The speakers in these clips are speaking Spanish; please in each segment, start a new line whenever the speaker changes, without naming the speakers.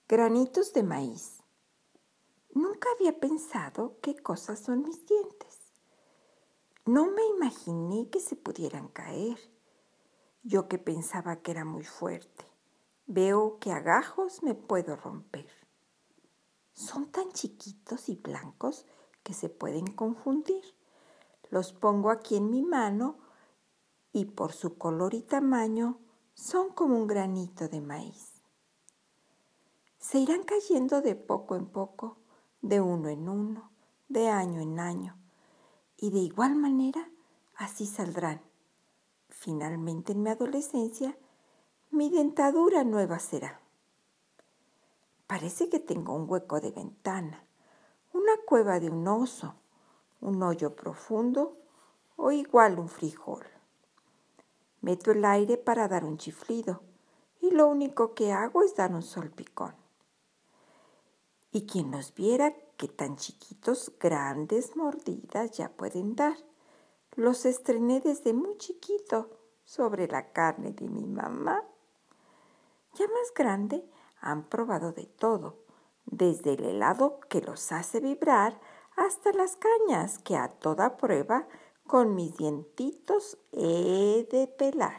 Granitos de maíz. Nunca había pensado qué cosas son mis dientes. No me imaginé que se pudieran caer. Yo que pensaba que era muy fuerte. Veo que a gajos me puedo romper. Son tan chiquitos y blancos que se pueden confundir. Los pongo aquí en mi mano y por su color y tamaño son como un granito de maíz. Se irán cayendo de poco en poco, de uno en uno, de año en año, y de igual manera así saldrán. Finalmente en mi adolescencia, mi dentadura nueva será. Parece que tengo un hueco de ventana, una cueva de un oso, un hoyo profundo o igual un frijol. Meto el aire para dar un chiflido y lo único que hago es dar un salpicón. Y quien los viera que tan chiquitos, grandes mordidas ya pueden dar. Los estrené desde muy chiquito sobre la carne de mi mamá. Ya más grande han probado de todo, desde el helado que los hace vibrar hasta las cañas que a toda prueba con mis dientitos he de pelar.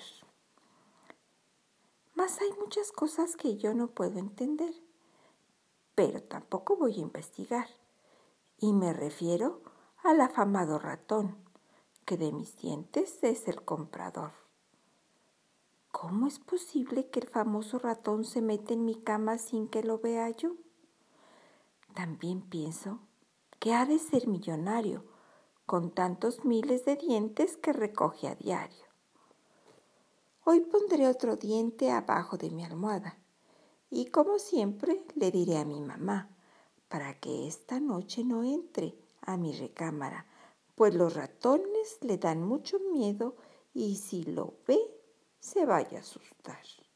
Mas hay muchas cosas que yo no puedo entender, pero tampoco voy a investigar. Y me refiero al afamado ratón, que de mis dientes es el comprador. ¿Cómo es posible que el famoso ratón se mete en mi cama sin que lo vea yo? También pienso que ha de ser millonario, con tantos miles de dientes que recoge a diario. Hoy pondré otro diente abajo de mi almohada y como siempre le diré a mi mamá para que esta noche no entre a mi recámara, pues los ratones le dan mucho miedo y si lo ve se vaya a asustar.